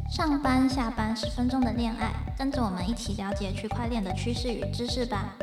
上班下班10分钟的恋爱，跟着我们一起了解区块链的趋势与知识吧。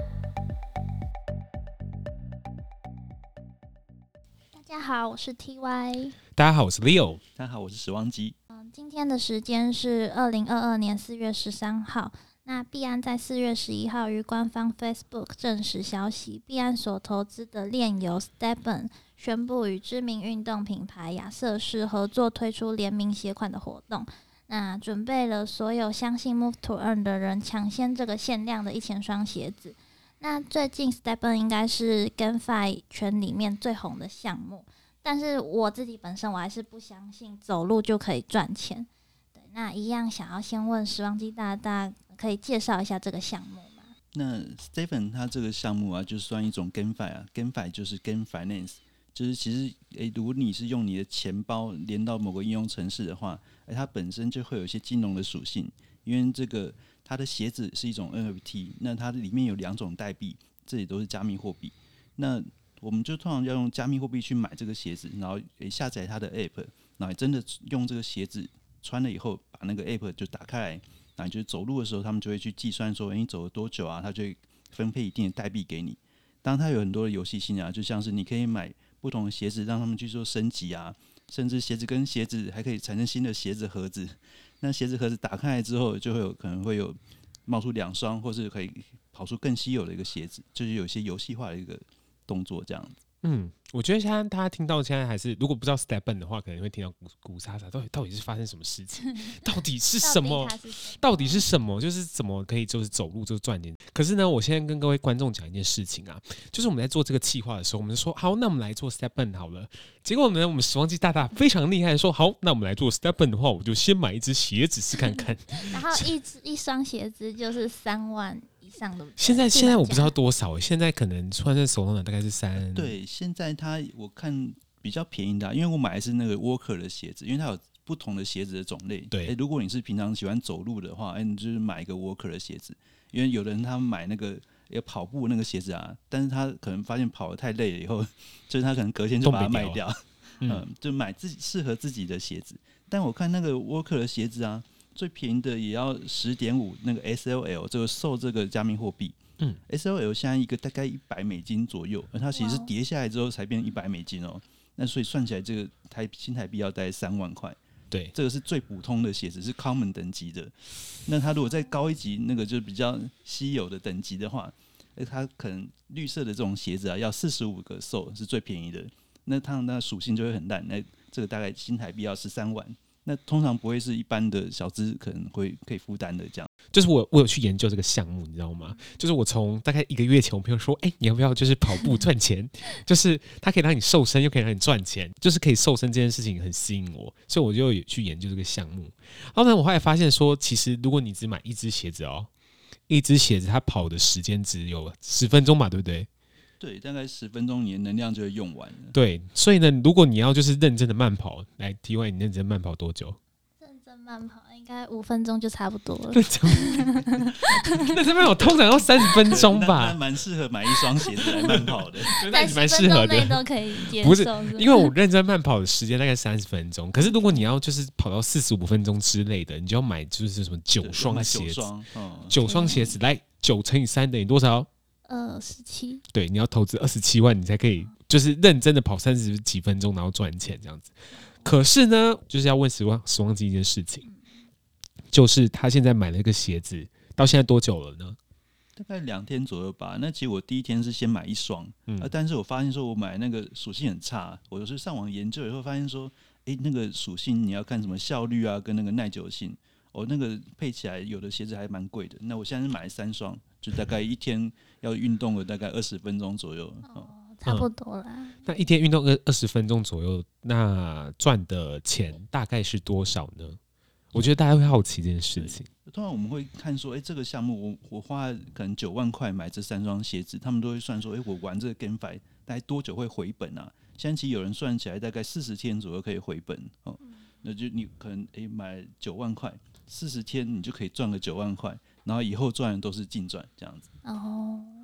大家好，我是 TY。 大家好，我是 Leo。 大家好，我是史旺基。 今天的时间是2022年4月13号。那币安在4月11号于官方 Facebook 证实消息，币安所投资的链游 Stepn 宣布与知名运动品牌亚瑟士合作推出联名携款的活动。那准备了所有相信 Move to Earn 的人抢先这个限量的1000双鞋子。那最近 Stepn 应该是 GameFi 圈里面最红的项目，但是我自己本身我还是不相信走路就可以赚钱。对，那一样想要先问时光机大大，可以介绍一下这个项目吗？ 那 Stepn 它这个项目啊，就算一种 GameFi 啊 ，GameFi 就是 Game Finance， 就是其实如果你是用你的钱包连到某个应用程式的话，它本身就会有一些金融的属性，因为这个它的鞋子是一种 NFT， 那它里面有2种代币，这里都是加密货币。那我们就通常要用加密货币去买这个鞋子，然后下载它的 App， 然后真的用这个鞋子穿了以后，把那个 App 就打开来。那就是走路的时候，他们就会去计算说，你走了多久啊？他就会分配一定的代币给你。当然，它有很多的游戏性啊，就像是你可以买不同的鞋子，让他们去做升级啊，甚至鞋子跟鞋子还可以产生新的鞋子盒子。那鞋子盒子打开来之后，就会可能会有冒出2双，或是可以跑出更稀有的一个鞋子，就是有一些游戏化的一个动作这样子。 我觉得现在大家听到现在还是，如果不知道 Stepn 的话，可能会听到鼓沙沙，到底是发生什么事情？到底是什么？到底是什么？就是怎么可以就是走路就赚钱？可是呢，我现在跟各位观众讲一件事情啊，就是我们在做这个企划的时候，我们就说好，那我们来做 Stepn 好了。结果呢，我们时光机大大非常厉害，说好，那我们来做 Stepn 的话，我就先买一只鞋子试看看。 然后一双鞋子就是3万。 现在我不知道多少，现在可能穿在手上的大概是3。 对，现在我看比较便宜的因为我买的是那个 Walker 的鞋子，因为它有不同的鞋子的种类。 对， 如果你是平常喜欢走路的话，你就是买一个 Walker 的鞋子，因为有的人他们买那个跑步那个鞋子啊，但是他可能发现跑得太累了以后，就是他可能隔天就把它卖掉，就买自己适合自己的鞋子。但我看那个 Walker 的鞋子啊，最便宜的也要10.5那个 SLL 这个受这个加密货币，SLL 现在一个大概$100左右，而它其实是跌下来之后才变$100哦。那所以算起来，这个新台币要大概3万块。 对， 这个是最普通的鞋子，是 common 等级的。那它如果再高一级，那个就是比较稀有的等级的话，它可能绿色的这种鞋子啊，要45个受是最便宜的。那它的属性就会很烂，那这个大概新台币要13万。那通常不会是一般的小资可能可以负担的这样。 就是我有去研究这个项目，你知道吗？就是我从大概1个月前，我朋友说，你要不要就是跑步赚钱？就是它可以让你瘦身，又可以让你赚钱，就是可以瘦身这件事情很吸引我，所以我就有去研究这个项目。然后呢，我后来发现说，其实如果你只买一只鞋子一只鞋子它跑的时间只有10分钟嘛，对不对？ 对，大概10分钟，你的能量就会用完了。 对，所以呢，如果你要就是认真的慢跑，来TY，你认真慢跑多久？ 认真慢跑应该5分钟就差不多了。 认真慢跑通常要30分钟吧？ 那蛮适合买一双鞋子来慢跑的， 在10分钟内都可以接受。 不是，因为我认真慢跑的时间大概30分钟，可是如果你要就是跑到45分钟之类的，你就要买就是什么9双鞋子，9双鞋子来9乘以3等于多少 ？17。 对，你要投资27万，你才可以就是认真的跑30几分钟，然后赚钱这样子。可是呢，就是要问时光机一件事情，就是他现在买了一个鞋子，到现在多久了呢？ 大概2天左右吧。那其实我第一天是先买1双，但是我发现说我买那个属性很差，我就是上网研究以后发现说，那个属性你要看什么效率啊，跟那个耐久性，那个配起来有的鞋子还蛮贵的。那我现在是买3双，就大概一天要运动了大概20分钟左右。 差不多啦。 那一天运动20分钟左右，那赚的钱大概是多少呢？我觉得大家会好奇这件事情。 通常我们会看说，这个项目我花可能9万块买这3双鞋子，他们都会算说，我玩这个 GameFi 大概多久会回本啊？现在其实有人算起来大概40天左右可以回本那就你可能买9万块，40天你就可以赚个9万块，然后以后赚的都是净赚这样子。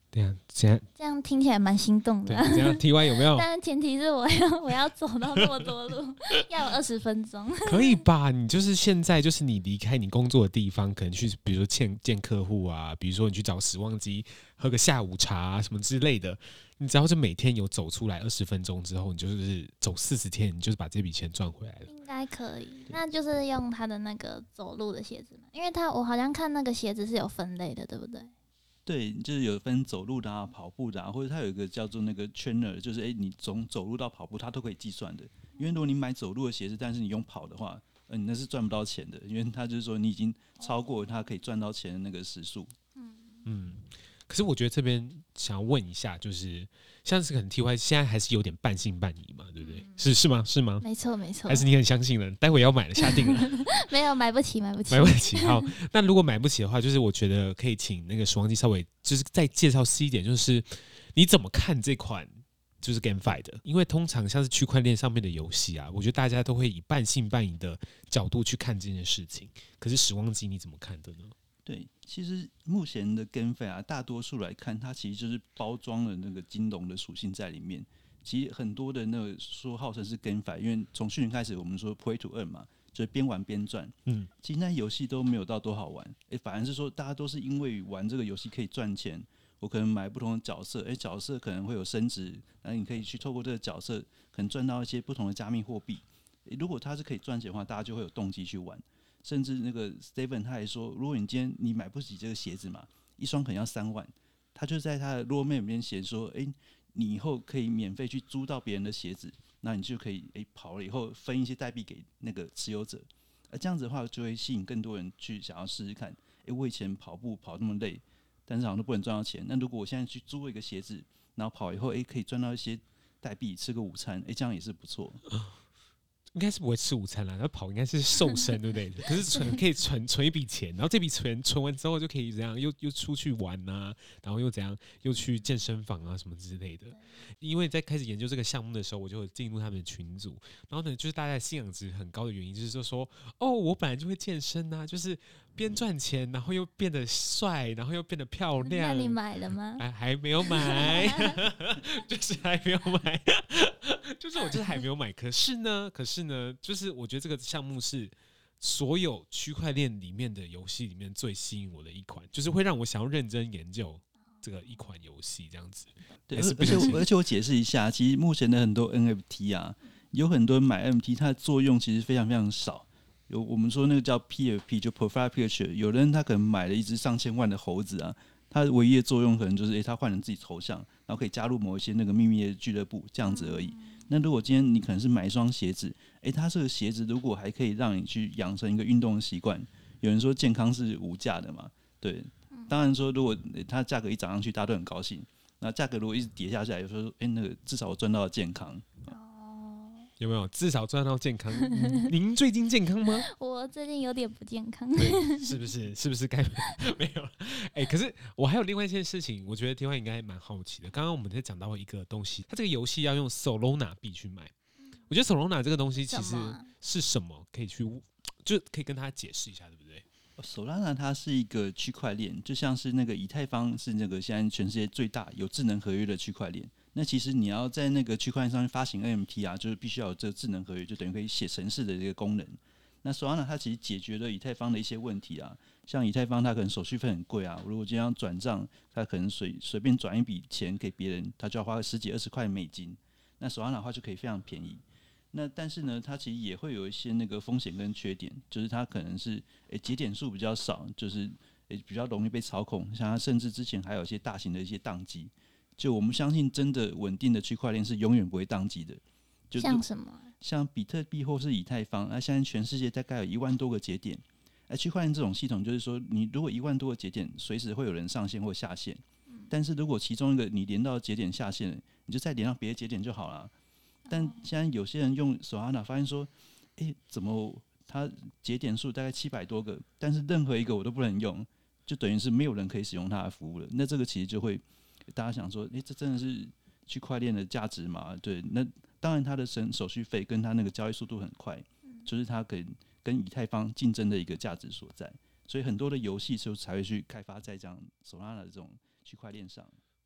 对啊， 这样听起来蛮心动的。 这样 TY 有没有？ 但是前提是我要走到那么多路，要有20分钟。 可以吧？你就是现在就是你离开你工作的地方，可能去比如说见客户啊，比如说你去找时光机喝个下午茶啊什么之类的，你只要是每天有走出来20分钟之后，你就是走40天，你就是把这笔钱赚回来了。 应该可以，那就是用他的那个走路的鞋子嘛，因为我好像看那个鞋子是有分类的，对不对？ 对，就是有分走路的啊、跑步的啊，或者它有一个叫做那个 trainer， 就是你从走路到跑步，它都可以计算的。因为如果你买走路的鞋子，但是你用跑的话，你那是赚不到钱的，因为它就是说你已经超过它可以赚到钱的那个时速。 可是我觉得这边想要问一下，就是像是可能 TY 现在还是有点半信半疑嘛，对不对？是吗？是吗？ 没错没错。 还是你很相信了？待会要买了，下定了？ 没有，买不起。 买不起。好，那如果买不起的话，就是我觉得可以请那个时光机稍微就是再介绍细一点，就是你怎么看这款就是 GameFi 的？因为通常像是区块链上面的游戏啊，我觉得大家都会以半信半疑的角度去看这件事情。可是时光机你怎么看的呢？ 对，其实目前的 GameFi 啊，大多数来看，它其实就是包装了那个金融的属性在里面。其实很多的那个说号称是 GameFi，因为从去年开始我们说 Play to Earn 嘛，就是边玩边赚。其实那游戏都没有到多好玩，反而是说大家都是因为玩这个游戏可以赚钱。我可能买不同的角色，角色可能会有升值，然后你可以去透过这个角色，可能赚到一些不同的加密货币。如果它是可以赚钱的话，大家就会有动机去玩。甚至那个 Steven 他还说，如果你今天你买不起这个鞋子嘛，一双可能要3万，他就在他的 roadmap 里面写说，你以后可以免费去租到别人的鞋子，那你就可以跑了以后分一些代币给那个持有者，这样子的话就会吸引更多人去想要试试看。我以前跑步跑那么累，但是好像都不能赚到钱，那如果我现在去租一个鞋子，然后跑以后可以赚到一些代币，吃个午餐，这样也是不错。 应该是不会吃午餐啦，然后跑应该是瘦身，对不对？可是可以存一笔钱，然后这笔钱存完之后就可以怎样，又出去玩啊，然后又怎样，又去健身房啊什么之类的。因为在开始研究这个项目的时候，我就有进入他们的群组，然后呢，就是大家的信仰值很高的原因，就是说，我本来就会健身啊，就是边赚钱，然后又变得帅，然后又变得漂亮。 那你买了吗？ 还没有买，就是还没有买。就是我就是还没有买，可是呢，就是我觉得这个项目是所有区块链里面的游戏里面最吸引我的一款，就是会让我想要认真研究这个一款游戏这样子。 对，而且我解释一下，其实目前的很多 NFT 啊，有很多人买 NFT， 它的作用其实非常非常少。有我们说那个叫 PFP， 就 Profile Picture， 有人他可能买了一只上千万的猴子啊，它唯一的作用可能就是他换成自己头像，然后可以加入某一些那个秘密的俱乐部这样子而已。那如果今天你可能是买一双鞋子，它这个鞋子如果还可以让你去养成一个运动的习惯，有人说健康是无价的嘛，对，当然说如果它价格一涨上去，大家都很高兴，那价格如果一直跌下来，有时候那个至少我赚到了健康。 有没有至少赚到健康？您最近健康吗？ 我最近有点不健康， 是不是该没有了？可是我还有另外一件事情，我觉得TY应该蛮好奇的。刚刚我们在讲到一个东西，它这个游戏要用 Solana 币去买。我觉得 Solana 这个东西其实是什么？可以可以跟大家解释一下，对不对 ？Solana 它是一个区块链，就像是那个以太坊是那个现在全世界最大有智能合约的区块链。那其实你要在那个区块链上面发行 NFT 啊，就是必须要有这个智能合约，就等于可以写程式的这个功能。那 Solana 它其实解决了以太坊的一些问题啊，像以太坊它可能手续费很贵啊，如果今天要转账，它可能随便转一笔钱给别人，它就要花10几20块美金。那 Solana 的话就可以非常便宜。那但是呢，它其实也会有一些那个风险跟缺点，就是它可能是节点数比较少，就是比较容易被操控，像它甚至之前还有一些大型的一些宕机。就我们相信，真的稳定的区块链是永远不会宕机的。就像什么？ 像比特币或是以太坊，现在全世界大概有1万多个节点。区块链这种系统就是说，你如果1万多个节点，随时会有人上线或下线。但是如果其中一个你连到节点下线了，你就再连到别的节点就好了。但现在有些人用 Solana 发现说，怎么它节点数大概700多个，但是任何一个我都不能用，就等于是没有人可以使用它的服务了。那这个其实就会大家想说，这真的是区块链的价值吗？对，那当然它的手续费跟它那个交易速度很快，就是它跟以太坊竞争的一个价值所在。所以很多的游戏就才会去开发在这样 Solana 的这种区块链上。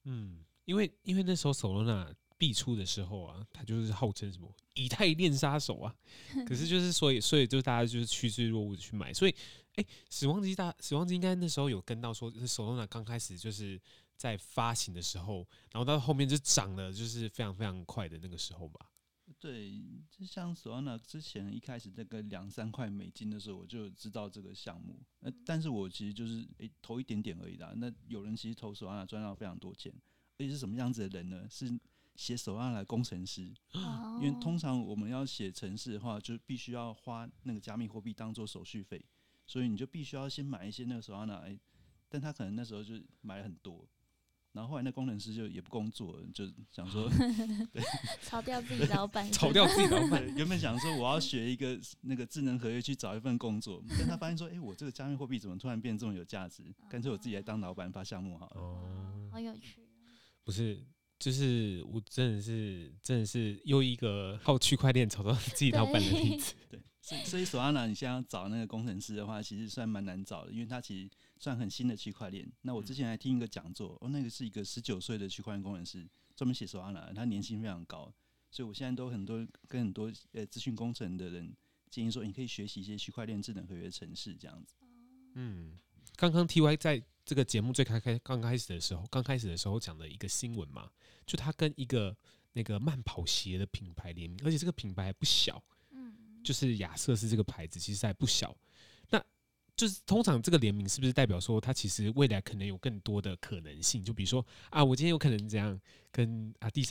因为那时候Solana必出的时候啊，他就是号称什么以太链杀手啊，可是就是所以就是大家就是趋之若鹜的去买，所以死亡机应该那时候有跟到说，Solana 刚开始就是在发行的时候，然后到后面就涨了，就是非常非常快的那个时候吧。 对，就像 Solana 之前一开始这个2-3块美金的时候，我就知道这个项目。但是我其实就是投一点点而已啦。那有人其实投 Solana 赚到非常多钱，而且是什么样子的人呢？是写Solana的工程师。因为通常我们要写程式的话，就必须要花那个加密货币当做手续费，所以你就必须要先买一些那个Solana。但他可能那时候就买了很多。然后后来那工程师就也不工作了，就想说炒掉自己老板， 炒掉自己老板。 原本想说我要学一个那个智能合约去找一份工作，但他发现说，我这个加密货币怎么突然变这么有价值？干脆我自己来当老板发项目好了。 好有趣。 不是，就是我真的是又一个靠区块链炒到自己老板的例子。 对。所以Solana你现在要找那个工程师的话，其实算蛮难找的，因为它其实算很新的区块链。那我之前还听一个讲座，那个是一个19岁的区块链工程师，专门写Solana，他年薪非常高。所以我现在都跟很多资讯工程的人建议说，你可以学习一些区块链智能合约程式这样子。 刚刚 TY 在这个节目刚开始的时候讲的一个新闻嘛，就他跟一个那个慢跑鞋的品牌联名，而且这个品牌还不小。就是亚瑟士这个牌子其实还不小，那就是通常这个联名是不是代表说它其实未来可能有更多的可能性？就比如说啊，我今天有可能怎样跟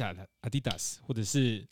Adidas 或者是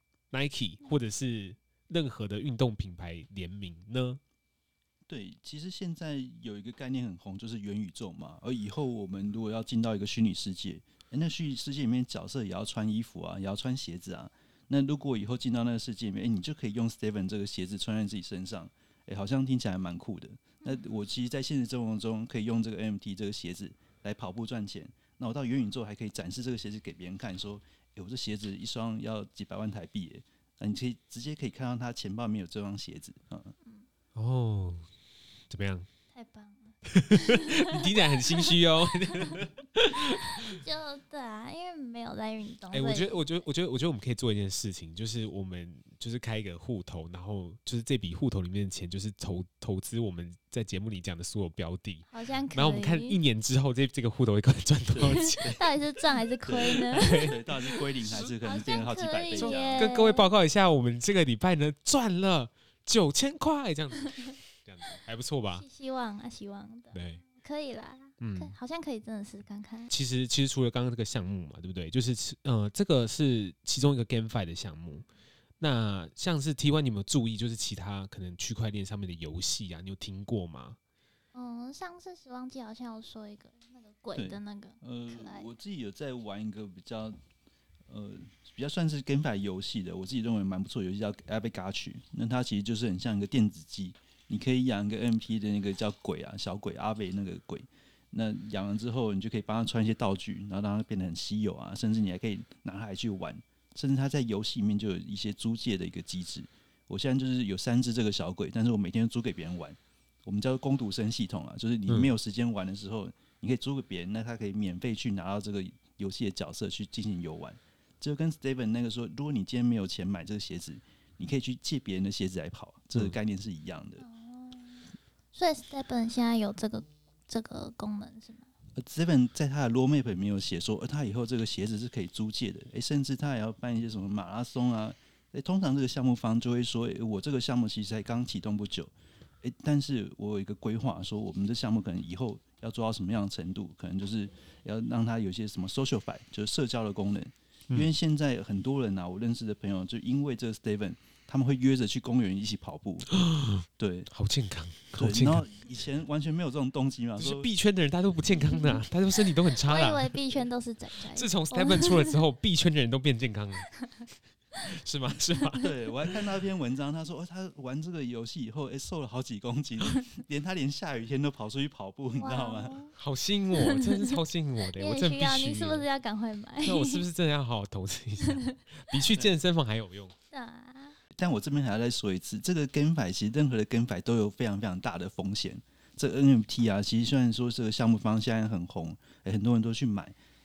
Nike 或者是任何的运动品牌联名呢？ 对，其实现在有一个概念很红，就是元宇宙嘛。而以后我们如果要进到一个虚拟世界，那虚拟世界里面角色也要穿衣服啊，也要穿鞋子啊。那如果以后进到那个世界里面，你就可以用 Steven 这个鞋子穿在自己身上，好像听起来蛮酷的。那我其实，在现实生活中可以用这个 NFT 这个鞋子来跑步赚钱。那我到元宇宙还可以展示这个鞋子给别人看，说，我这鞋子一双要几百万台币，那你可以直接可以看到他钱包里面有这双鞋子。 哦，怎么样？ 太棒了。 你听起来很心虚哦。 就对啊，因为没有在运动。 我觉得我们可以做一件事情，就是我们就是开一个户头，然后就是这笔户头里面的钱就是投资我们在节目里讲的所有标的， 好像可以。 然后我们看1年之后这个户头会赚多少钱， 到底是赚还是亏呢？ 对，到底是归零还是可能变成好几百倍这样？ 跟各位报告一下，我们这个礼拜呢赚了9000块这样子。这样子还不错吧？ 希望啊，希望的。 对， 可以啦。好像可以，真的是看看。 其实除了刚刚这个项目嘛，对不对？就是这个是其中一个 GameFi 的项目。那像是 T1，你有没有注意，就是其他可能区块链上面的游戏啊，你有听过吗？ 上次时光机好像有说一个那个鬼的那个， 我自己有在玩一个比较算是 GameFi 游戏的，我自己认为蛮不错的游戏叫 Abegachi。那它其实就是很像一个电子鸡。你可以养一个 MP 的那个叫鬼啊，小鬼阿伟那个鬼，那养了之后，你就可以帮他穿一些道具，然后让它变得很稀有啊，甚至你还可以拿它来去玩，甚至它在游戏里面就有一些租借的一个机制。我现在就是有3只这个小鬼，但是我每天都租给别人玩，我们叫工读生系统啊，就是你没有时间玩的时候，你可以租给别人，那他可以免费去拿到这个游戏的角色去进行游玩。就跟 Steven 那个说，如果你今天没有钱买这个鞋子，你可以去借别人的鞋子来跑，这个概念是一样的。 所以 Steven 现在有这个功能是吗 ？Steven 在他的 roadmap 里面有写说，他以后这个鞋子是可以租借的，甚至他也要办一些什么马拉松啊。通常这个项目方就会说，我这个项目其实才刚启动不久，但是我有一个规划，说我们这项目可能以后要做到什么样的程度，可能就是要让它有些什么 socialify， 就是社交的功能。因为现在很多人啊，我认识的朋友就因为这个 Steven， 他们会约着去公园一起跑步。对， 好健康， 好健康。然后以前完全没有这种动机嘛， 就是币圈的人大家都不健康的啊，大家都身体都很差的。 我以为币圈都是宅宅。 自从 Steven 出了之后，币圈的人都变健康了。是吗？ 对，我还看到一篇文章，他说他玩这个游戏以后，瘦了好几公斤，连下雨天都跑出去跑步，你知道吗？ 好吸引我，真的是超吸引我的，我真的必须。 你是不是要赶快买？ 那我是不是真的要好好投资一下？比去健身房还有用。 但我这边还要再说一次，这个 GameFi 其实任何的 GameFi 都有非常非常大的风险。这个 NFT 啊，其实虽然说这个项目方现在很红，很多人都去买。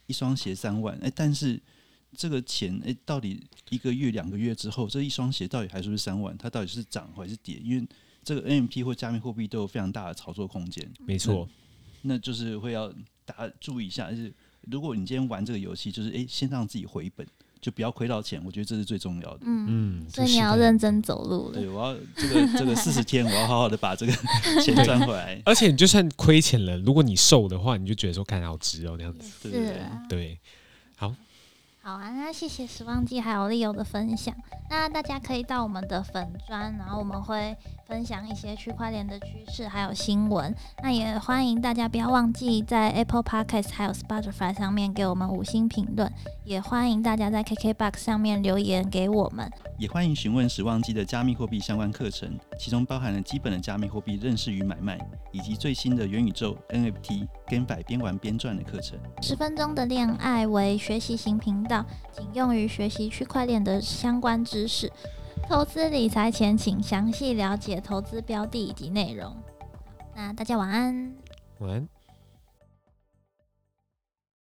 一双鞋3万，但是这个钱到底1个月2个月之后，这一双鞋到底还是不是3万？它到底是涨还是跌？因为这个 NFT 或加密货币都有非常大的炒作空间。 没错， 那就是会要大家注意一下，就是如果你今天玩这个游戏，就是先让自己回本。就不要亏到钱，我觉得这是最重要的。 所以你要认真走路了。 对，我要这个40天，我要好好的把这个钱赚回来。 而且你就算亏钱了，如果你瘦的话，你就觉得说看好值哦，那样子。对，好。 好啊，那谢谢时忘记还有Leo的分享。那大家可以到我们的粉专，然后我们会分享一些区块链的趋势还有新闻。那也欢迎大家不要忘记在 Apple Podcast 还有 Spotify 上面给我们5星评论，也欢迎大家在 KKBOX 上面留言给我们。 也欢迎询问时忘记的加密货币相关课程，其中包含了基本的加密货币认识与买卖，以及最新的元宇宙 NFT 跟百边玩边赚的课程。 10分钟的恋爱为学习型频道，仅用于学习区块链的相关知识。投资理财前，请详细了解投资标的以及内容。那大家晚安。 晚安。